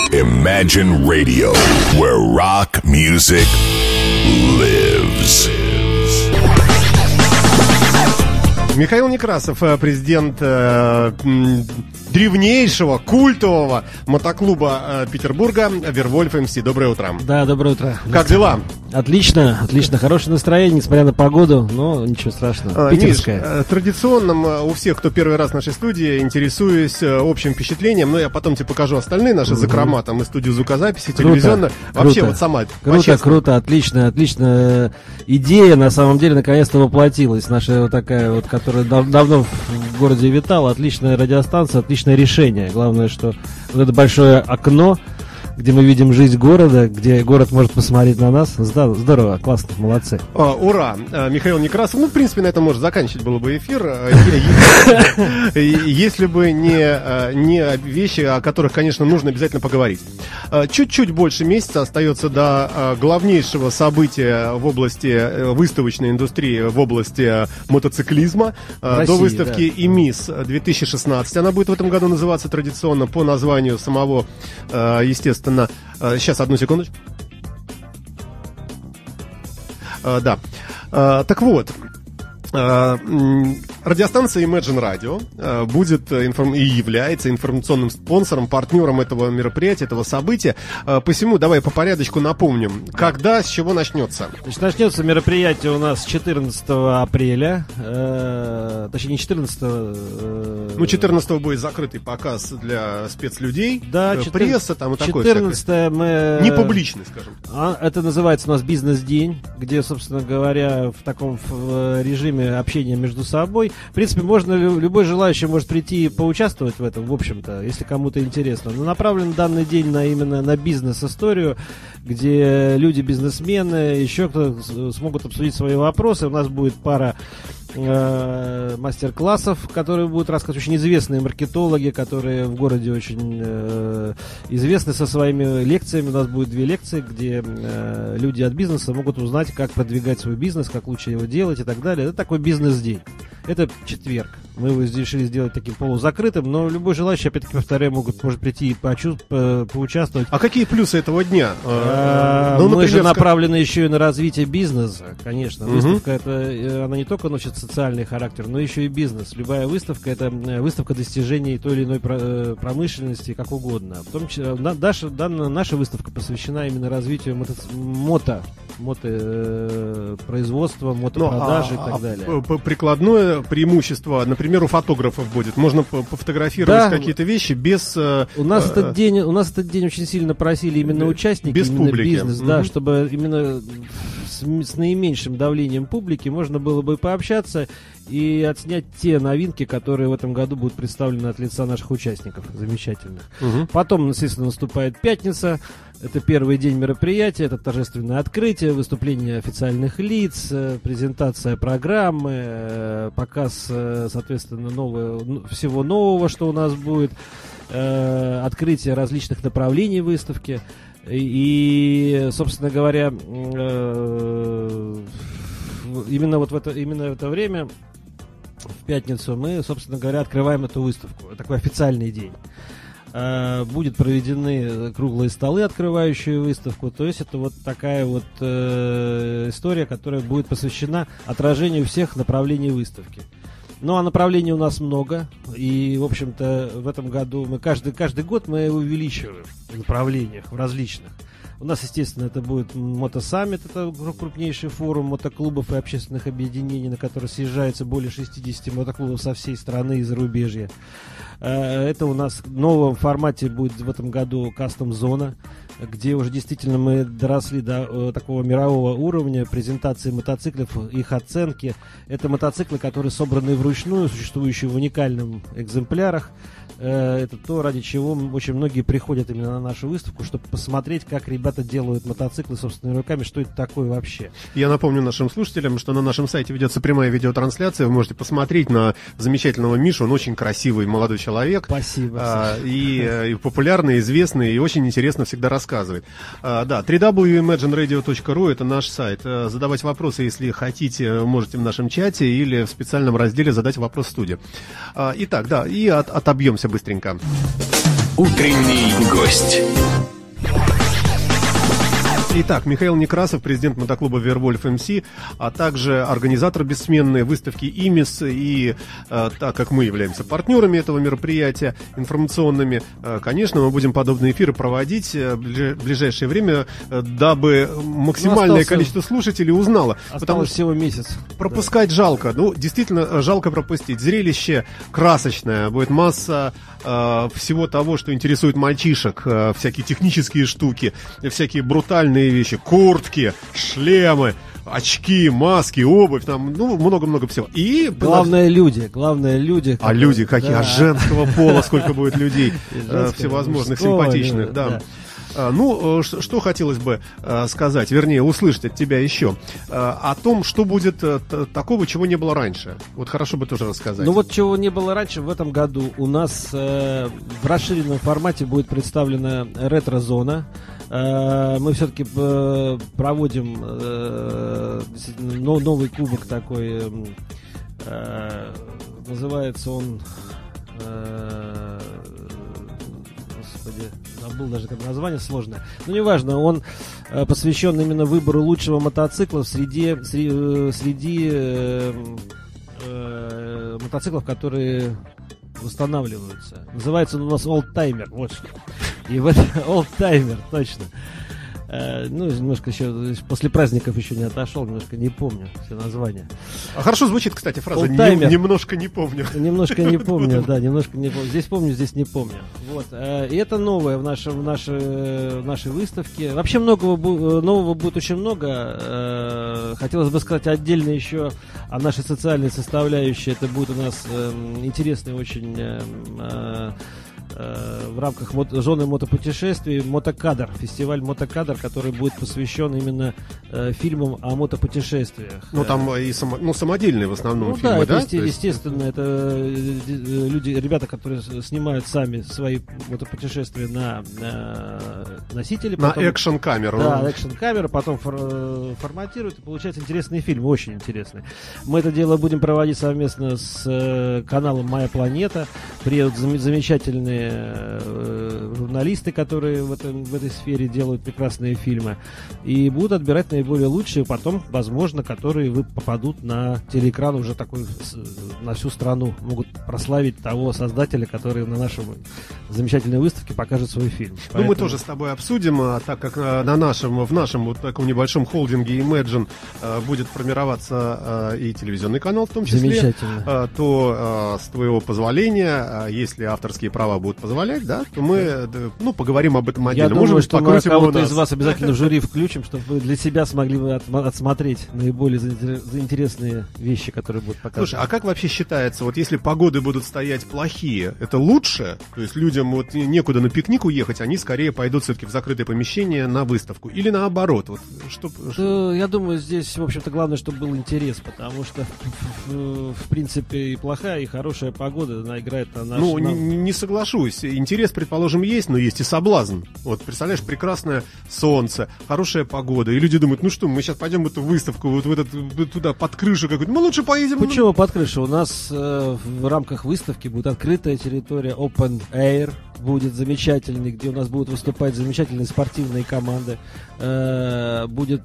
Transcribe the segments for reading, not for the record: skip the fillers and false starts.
Imagine Radio, where rock music lives. Михаил Некрасов, президент древнейшего, культового мотоклуба Петербурга Вервольф МС. Доброе утро. Да, доброе утро. Как дела? Отлично, отлично. Хорошее настроение, несмотря на погоду, но ничего страшного. Питерская. Миш, традиционно у всех, кто первый раз в нашей студии, интересуюсь общим впечатлением, но я потом тебе покажу остальные наши закрома, там и студию звукозаписи, телевизионно. Вообще вот сама. Круто, отлично. Идея, на самом деле, наконец-то воплотилась. Наша вот такая вот, которая давно в городе витала. Отличная радиостанция, отличное решение. Главное, что вот это большое окно, где мы видим жизнь города, где город может посмотреть на нас. Здорово, классно, молодцы. Ура! Михаил Некрасов. Ну, в принципе, на этом можно заканчивать было бы эфир, если бы не вещи, о которых, конечно, нужно обязательно поговорить. Чуть-чуть больше месяца остается до главнейшего события в области выставочной индустрии, в области мотоциклизма, до выставки ИМИС 2016. Она будет в этом году называться традиционно по названию самого, естественно, сейчас, одну секундочку. Да. Так вот. Радиостанция Imagine Radio будет и является информационным спонсором, партнером этого мероприятия, этого события. Посему давай по порядочку напомним, когда, с чего начнется. Значит, начнется мероприятие у нас 14 апреля, точнее не 14. Ну, 14 будет закрытый показ для спецлюдей, да, пресса там и такое 14 мы... Не публичный, скажем. Это называется у нас бизнес-день, где, собственно говоря, в таком режиме общения между собой. В принципе, любой желающий может прийти и поучаствовать в этом, в общем-то, если кому-то интересно. Но направлен данный день именно на бизнес-историю, где люди, бизнесмены, еще кто смогут обсудить свои вопросы. У нас будет пара мастер-классов, которые будут рассказывать, очень известные маркетологи, которые в городе очень известны со своими лекциями. У нас будет 2 лекции, где люди от бизнеса могут узнать, как продвигать свой бизнес, как лучше его делать и так далее. Это такой бизнес-день. Это четверг. Мы его решили сделать таким полузакрытым, но любой желающий, опять-таки, повторяю, может прийти и поучаствовать. А какие плюсы этого дня? Мы же направлены еще и на развитие бизнеса, конечно. Выставка, она не только носит социальный характер, но еще и бизнес. Любая выставка — это выставка достижений той или иной промышленности, как угодно. В том числе, наша выставка посвящена именно развитию мотопроизводства, мотопродажи и так далее. Прикладное преимущество, например, у фотографов будет. Можно пофотографировать какие-то вещи без... У нас этот день очень сильно просили именно участники, без именно публики. Бизнес, да, чтобы именно с наименьшим давлением публики можно было бы пообщаться и отснять те новинки, которые в этом году будут представлены от лица наших участников замечательных. Потом, естественно, наступает пятница. Это первый день мероприятия, это торжественное открытие, выступление официальных лиц, презентация программы, показ, соответственно, всего нового, что у нас будет, открытие различных направлений выставки. И, собственно говоря, именно в это время, в пятницу, мы, собственно говоря, открываем эту выставку. Такой официальный день. Будут проведены круглые столы, открывающие выставку. То есть это вот такая вот история, которая будет посвящена отражению всех направлений выставки. Ну, а направлений у нас много. И, в общем-то, в этом году мы каждый год мы увеличиваем в направлениях, в различных. У нас, естественно, это будет мотосаммит, это крупнейший форум мотоклубов и общественных объединений, на который съезжается более 60 мотоклубов со всей страны и зарубежья. Это у нас в новом формате будет в этом году кастом-зона, где уже действительно мы доросли до такого мирового уровня презентации мотоциклов, их оценки. Это мотоциклы, которые собраны вручную, существующие в уникальных экземплярах. Это то, ради чего очень многие приходят именно на нашу выставку, чтобы посмотреть, как ребята делают мотоциклы собственными руками, что это такое вообще. Я напомню нашим слушателям, что на нашем сайте ведется прямая видеотрансляция. Вы можете посмотреть на замечательного Мишу. Он очень красивый молодой человек. Спасибо. И популярный, известный, и очень интересно всегда рассказывает. Да, www.imagineradio.ru — это наш сайт. Задавать вопросы, если хотите, можете в нашем чате или в специальном разделе задать вопрос в студии. Итак, да, и отобьемся быстренько. Утренний гость. Итак, Михаил Некрасов, президент мотоклуба Вервольф МС, а также организатор бессменной выставки ИМИС. И так как мы являемся партнерами этого мероприятия, информационными, конечно, мы будем подобные эфиры проводить в ближайшее время, дабы максимальное количество слушателей узнало. Осталось всего месяц. Пропускать жалко. Ну, действительно, жалко пропустить. Зрелище красочное. Будет масса всего того, что интересует мальчишек. Всякие технические штуки, всякие брутальные вещи, куртки, шлемы, очки, маски, обувь, там, ну, много-много всего. И главное люди. А люди какие? Да. А женского пола сколько будет людей всевозможных, симпатичных, да. Ну, что хотелось бы сказать, вернее, услышать от тебя еще о том, что будет такого, чего не было раньше. Вот хорошо бы тоже рассказать. Ну вот чего не было раньше, в этом году у нас в расширенном формате будет представлена ретро-зона. Мы все-таки проводим новый кубок такой, называется он... забыл даже как название сложное. Но неважно, он посвящен именно выбору лучшего мотоцикла среди мотоциклов, которые восстанавливаются. Называется он у нас олдтаймер. Вот что. И в это олдтаймер, точно. Ну, немножко еще после праздников еще не отошел, немножко не помню все названия. А хорошо звучит, кстати, фраза «немножко не помню». Немножко не помню, да, немножко не помню. Здесь помню, здесь не помню. Вот. И это новое в нашей выставке. Вообще нового будет очень много. Хотелось бы сказать отдельно еще о нашей социальной составляющей. Это будет у нас интересный очень... в рамках зоны мотопутешествий Мотокадр, фестиваль Мотокадр, который будет посвящен именно фильмам о мотопутешествиях. Ну там и самодельные в основном фильмы, да? Естественно, это ребята, которые снимают сами свои мотопутешествия на носители. На экшн-камеру. Да, экшн-камеру, потом форматируют, и получается интересный фильм, очень интересный. Мы это дело будем проводить совместно с каналом «Моя планета». Приедут замечательные журналисты, которые в этой сфере делают прекрасные фильмы, и будут отбирать наиболее лучшие, потом, возможно, которые попадут на телеэкран уже такой на всю страну, могут прославить того создателя, который на нашей замечательной выставке покажет свой фильм. Поэтому... Ну, мы тоже с тобой обсудим, так как в нашем вот таком небольшом холдинге Imagine будет формироваться и телевизионный канал в том числе. Замечательно. То с твоего позволения, если авторские права будут позволять, да, то мы поговорим об этом отдельно. Я думаю, что мы кого-то из вас обязательно в жюри включим, чтобы вы для себя смогли отсмотреть наиболее интересные вещи, которые будут показаны. Слушай, а как вообще считается, вот если погоды будут стоять плохие, это лучше? То есть людям вот некуда на пикник уехать, они скорее пойдут все-таки в закрытое помещение на выставку? Или наоборот? Вот, я думаю, здесь, в общем-то, главное, чтобы был интерес, потому что, в принципе, и плохая, и хорошая погода, она играет на наш... Ну, не соглашусь. Интерес, предположим, есть, но есть и соблазн. Вот, представляешь, прекрасное солнце, хорошая погода, и люди думают, ну что, мы сейчас пойдем в эту выставку, вот туда, под крышу какую-то, мы лучше поедем... Почему под крышу? У нас в рамках выставки будет открытая территория, open air, будет замечательный, где у нас будут выступать замечательные спортивные команды. Будет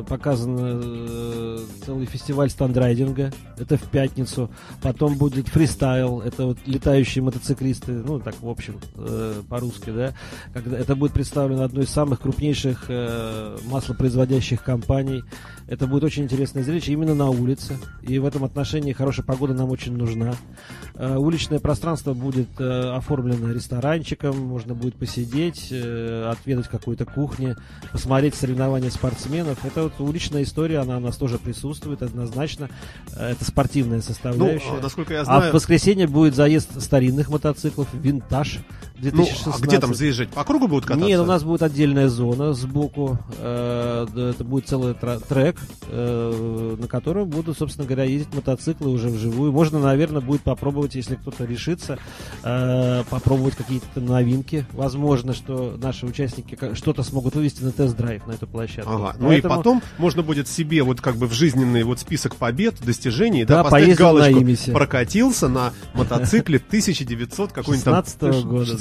показан целый фестиваль стандрайдинга, это в пятницу. Потом будет фристайл, это вот летающие мотоциклисты, ну так в общем по-русски, да. Это будет представлено одной из самых крупнейших маслопроизводящих компаний. Это будет очень интересное зрелище именно на улице. И в этом отношении хорошая погода нам очень нужна. Уличное пространство будет оформлено ресторанчиком, можно будет посидеть, отведать какой-то кухни, посмотреть соревнования спортсменов. Это вот уличная история, она у нас тоже присутствует однозначно. Это спортивная составляющая. Ну, насколько я знаю... А в воскресенье будет заезд старинных мотоциклов, винтаж 2016. Ну, а где там заезжать? По кругу будут кататься? Нет, у нас будет отдельная зона сбоку. Это будет целый трек, на котором будут, собственно говоря, ездить мотоциклы уже вживую. Можно, наверное, будет попробовать, если кто-то решится, попробовать какие-то новинки. Возможно, что наши участники что-то смогут вывести на тест-драйв на эту площадку. Ага. Ну и потом можно будет себе вот как бы в жизненный вот список побед, достижений, да, поставить галочку. На прокатился на мотоцикле 1900 какой-нибудь там 16-го года,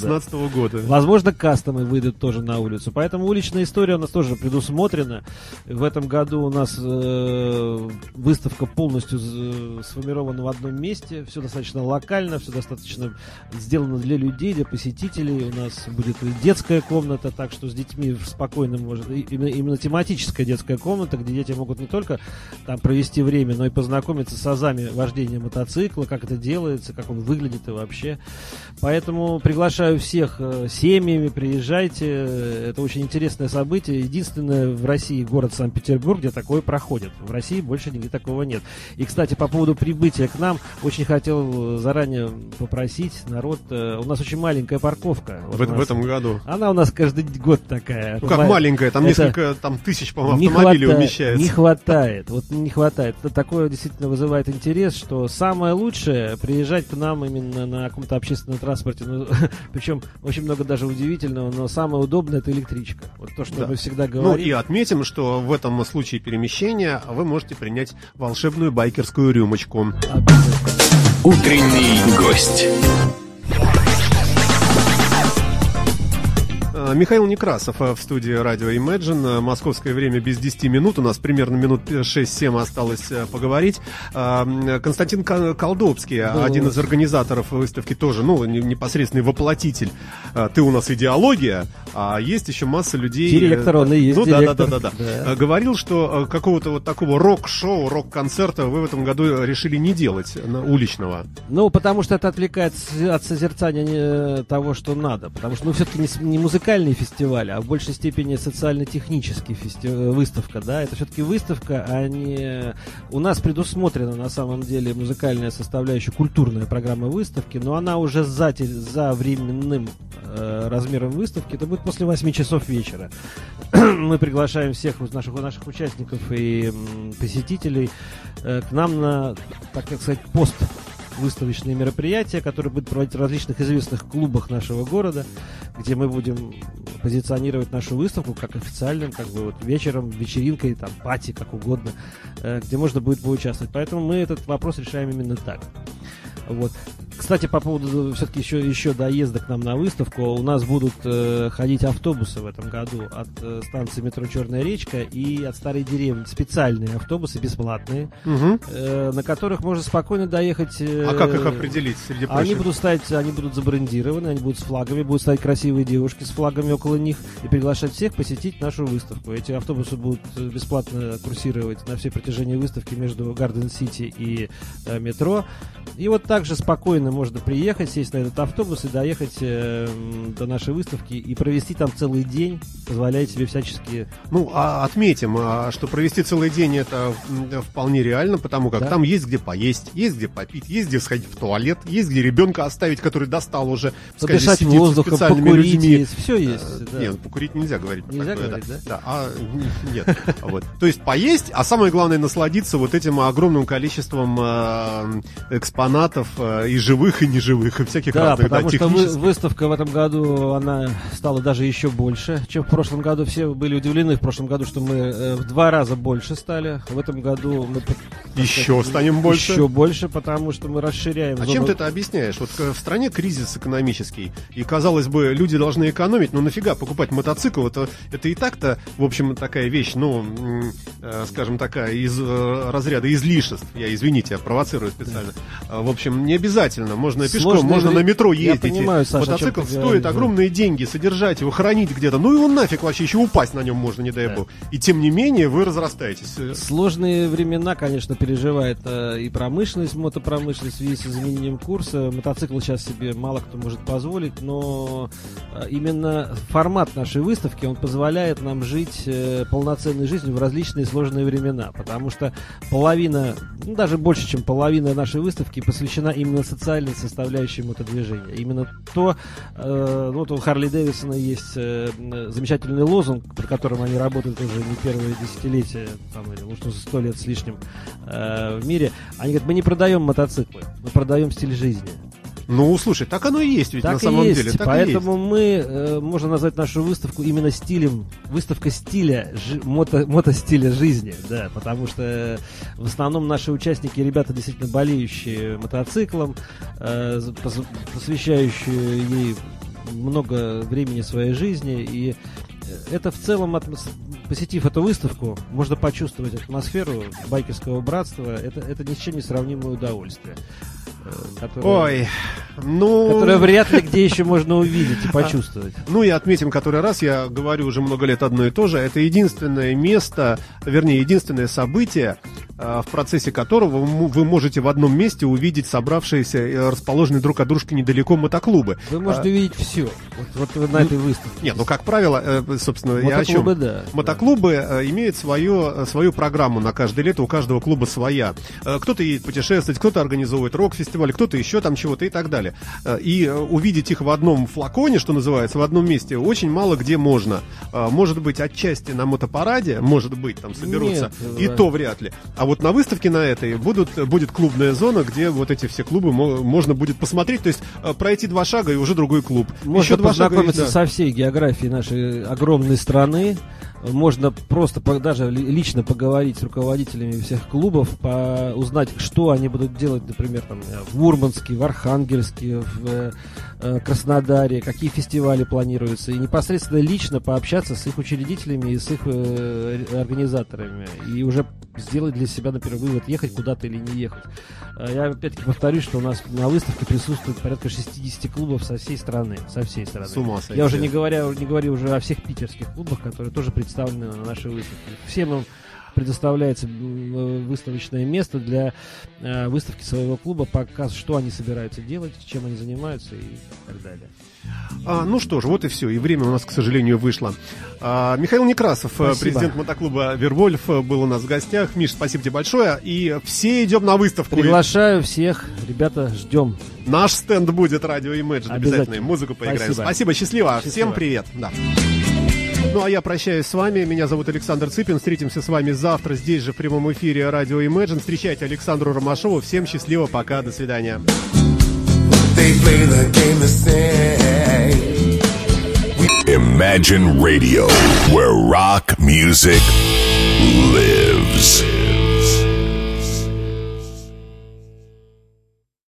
16 года. Возможно, кастомы выйдут тоже на улицу. Поэтому уличная история у нас тоже предусмотрена. В этом году у нас выставка полностью сформирована в одном месте. Все достаточно локально, все достаточно сделано для людей, для посетителей. У нас будет детская комната, так что с детьми спокойно может... Именно тематическая детская комната, где дети могут не только там провести время, но и познакомиться с азами вождения мотоцикла, как это делается, как он выглядит и вообще. Поэтому приглашаю всех семьями, приезжайте. Это очень интересное событие. Единственное в России город Санкт-Петербург, где такое проходит. В России больше нигде такого нет. И, кстати, по поводу прибытия к нам, очень хотел заранее попросить народ. У нас очень маленькая парковка. Вот в этом году. Она у нас каждый год такая. Ну как маленькая? Там несколько тысяч, по-моему, автомобилей умещается. Не хватает. Вот не хватает. Это такое действительно вызывает интерес, что самое лучшее приезжать к нам именно на каком-то общественном транспорте. Ну, причем очень много даже удивительного, но самое удобное — это электричка. Вот то, что мы всегда говорим. Ну и отметим, что в этом случае перемещения вы можете принять волшебную байкерскую рюмочку. Утренний гость. Михаил Некрасов в студии радио Imagine. Московское время без 10 минут. У нас примерно минут 6-7 осталось поговорить. Константин Колдобский, один из организаторов выставки, тоже, непосредственный воплотитель. Ты у нас идеология, а есть еще масса людей... Директор, он и есть директор. Да. Говорил, что какого-то вот такого рок-шоу, рок-концерта вы в этом году решили не делать, уличного. Ну, потому что это отвлекает от созерцания того, что надо. Потому что, все-таки не музыкальный фестиваль, а в большей степени социально-технический выставка, да, это все-таки выставка, а не... У нас предусмотрена на самом деле музыкальная составляющая, культурная программа выставки, но она уже за временным размером выставки, это будет после 8 часов вечера. Мы приглашаем всех наших участников и посетителей к нам на, так сказать, выставочные мероприятия, которые будут проводить в различных известных клубах нашего города, где мы будем позиционировать нашу выставку как официальным, как бы вот вечером, вечеринкой, там, пати, как угодно, где можно будет поучаствовать. Поэтому мы этот вопрос решаем именно так. Вот. Кстати, по поводу все-таки еще доезда к нам на выставку, у нас будут ходить автобусы в этом году от станции метро «Черная речка» и от Старой деревни. Специальные автобусы, бесплатные, на которых можно спокойно доехать. А как их определить, среди прочих? Они будут забрендированы, они будут с флагами, будут стоять красивые девушки с флагами около них и приглашать всех посетить нашу выставку. Эти автобусы будут бесплатно курсировать на всей протяжении выставки между Гарден-Сити и метро. И вот также спокойно можно приехать, сесть на этот автобус и доехать до нашей выставки и провести там целый день, позволяет себе всячески... Отметим, что провести целый день это вполне реально, потому как там есть где поесть, есть где попить, есть где сходить в туалет, есть где ребенка оставить, который достал уже, подышать воздухом, покурить, людьми. Все есть. Нет, покурить нельзя говорить. Нельзя говорить, да? Нет. То есть поесть, а самое главное насладиться вот этим огромным количеством экспонатов и живых, и неживых, и всяких разных. Да, потому что выставка в этом году, она стала даже еще больше, чем в прошлом году. Все были удивлены в прошлом году, что мы в 2 раза больше стали. В этом году мы станем больше. Еще больше, потому что мы расширяем. Чем ты это объясняешь? Вот в стране кризис экономический, и, казалось бы, люди должны экономить, но нафига покупать мотоцикл? Это и так-то, в общем, такая вещь, скажем, такая из разряда излишеств. Я провоцирую специально. В общем, не обязательно. Можно пешком, можно на метро ездить. Я понимаю, Саша, мотоцикл стоит огромные деньги, содержать его, хранить где-то. Ну его нафиг вообще, еще упасть на нем можно, не дай бог. И тем не менее вы разрастаетесь. Сложные времена, конечно, переживает и промышленность, мотопромышленность в связи с изменением курса. Мотоцикл сейчас себе мало кто может позволить, но именно формат нашей выставки, он позволяет нам жить полноценной жизнью в различные сложные времена. Потому что половина, даже больше, чем половина нашей выставки посвящена именно социальной составляющей мотодвижения. Именно то, вот у Харли Дэвидсона есть замечательный лозунг, под которым они работают уже не первые десятилетия, или 100 лет с лишним в мире. Они говорят, мы не продаем мотоциклы, мы продаем стиль жизни. Ну, слушай, так оно и есть ведь, так на самом деле. Так поэтому мы можно назвать нашу выставку именно выставка стиля, мотостиля жизни, да, потому что в основном наши участники, ребята действительно болеющие мотоциклом, посвящающие ей много времени своей жизни, и это в целом, посетив эту выставку, можно почувствовать атмосферу байкерского братства. Это ни с чем не сравнимое удовольствие. Которое вряд ли где еще можно увидеть и почувствовать. Ну и отметим который раз, я говорю уже много лет одно и то же, это единственное место, вернее, единственное событие, в процессе которого вы можете в одном месте увидеть собравшиеся, расположенные друг от дружки недалеко мотоклубы. Вы можете увидеть все, вот на этой выставке. Нет, как правило, собственно, я о чем? Да. Мотоклубы имеют свою программу на каждое лето, у каждого клуба своя. Кто-то едет путешествовать, кто-то организовывает рок-фестиваль, кто-то еще там чего-то и так далее. И увидеть их в одном флаконе, что называется, в одном месте, очень мало где можно. Может быть, отчасти на мотопараде, может быть, там соберутся, и то вряд ли. А вот на выставке на этой будет клубная зона, где вот эти все клубы можно будет посмотреть, то есть пройти 2 шага и уже другой клуб. Можно еще познакомиться со всей географией нашей огромной страны. Можно просто даже лично поговорить с руководителями всех клубов, узнать, что они будут делать, например, там, в Мурманске, в Архангельске, в Краснодаре, какие фестивали планируются, и непосредственно лично пообщаться с их учредителями и с их организаторами, и уже сделать для себя, например, вывод, ехать куда-то или не ехать. Я опять-таки повторюсь, что у нас на выставке присутствует порядка 60 клубов со всей страны. С ума сойти. Я уже не говорю уже о всех питерских клубах, которые тоже представлены на нашей выставке. Всем им предоставляется выставочное место для выставки своего клуба, показ, что они собираются делать, чем они занимаются и так далее. Ну что ж, вот и все. И время у нас, к сожалению, вышло. Михаил Некрасов, спасибо. Президент мотоклуба «Вервольф», был у нас в гостях. Миш, спасибо тебе большое. И все идем на выставку. Приглашаю всех. Ребята, ждем. Наш стенд будет «Радио Imagine». Обязательно музыку поиграем. Спасибо, счастливо. Всем привет. Да. Ну, а я прощаюсь с вами. Меня зовут Александр Цыпин. Встретимся с вами завтра здесь же в прямом эфире «Радио Imagine». Встречайте Александру Ромашову. Всем счастливо. Пока. До свидания. Imagine Radio, where rock music lives.